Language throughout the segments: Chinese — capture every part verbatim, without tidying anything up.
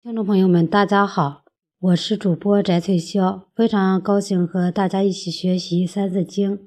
听众朋友们，大家好，我是主播翟翠霄，非常高兴和大家一起学习《三字经》。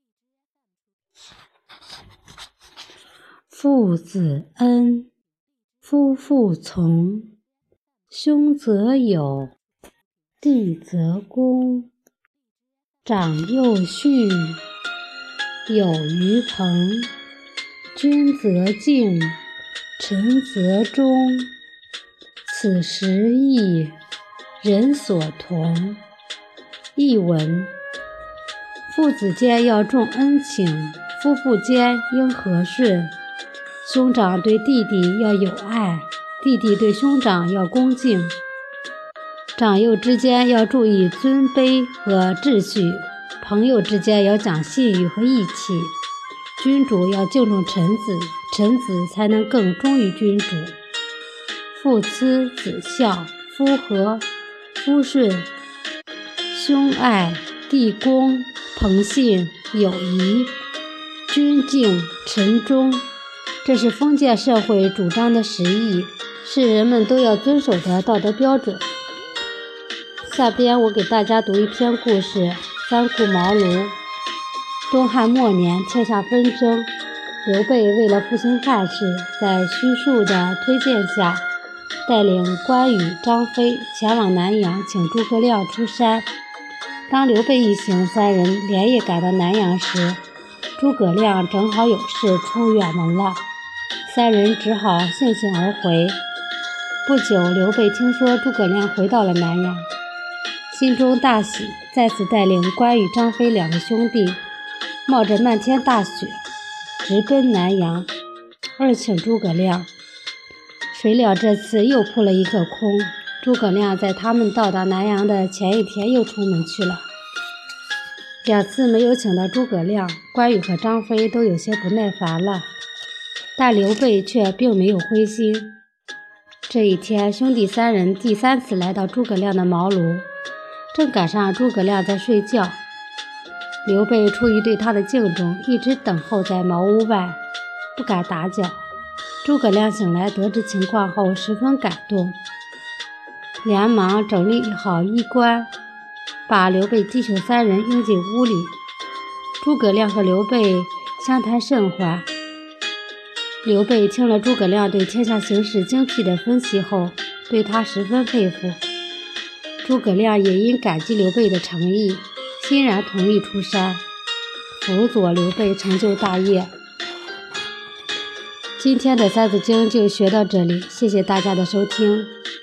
父子恩，夫妇从，兄则友，弟则恭，长幼序，友于朋，君则敬，臣则忠。此时义，人所同。译文：父子间要重恩情，夫妇间应和顺，兄长对弟弟要有爱，弟弟对兄长要恭敬，长幼之间要注意尊卑和秩序，朋友之间要讲信誉和义气，君主要敬重臣子，臣子才能更忠于君主。父慈子孝，夫和，夫顺，兄爱，弟恭，朋信，友谊，君敬，臣忠，这是封建社会主张的实义，是人们都要遵守的道德标准。下边我给大家读一篇故事：三顾茅庐。东汉末年，天下纷争，刘备为了复兴汉室，在徐庶的推荐下，带领关羽、张飞前往南阳，请诸葛亮出山。当刘备一行三人连夜赶到南阳时，诸葛亮正好有事出远门了，三人只好悻悻而回。不久，刘备听说诸葛亮回到了南阳，心中大喜，再次带领关羽、张飞两个兄弟，冒着漫天大雪，直奔南阳，二请诸葛亮。谁料这次又扑了一个空，诸葛亮在他们到达南阳的前一天又出门去了。两次没有请到诸葛亮，关羽和张飞都有些不耐烦了，但刘备却并没有灰心。这一天，兄弟三人第三次来到诸葛亮的茅庐，正赶上诸葛亮在睡觉。刘备出于对他的敬重，一直等候在茅屋外，不敢打搅。诸葛亮醒来得知情况后十分感动，连忙整理好衣冠，把刘备弟兄三人迎进屋里。诸葛亮和刘备相谈甚欢，刘备听了诸葛亮对天下形势精辟的分析后，对他十分佩服。诸葛亮也因感激刘备的诚意，欣然同意出山，辅佐刘备成就大业。今天的三字经就学到这里，谢谢大家的收听。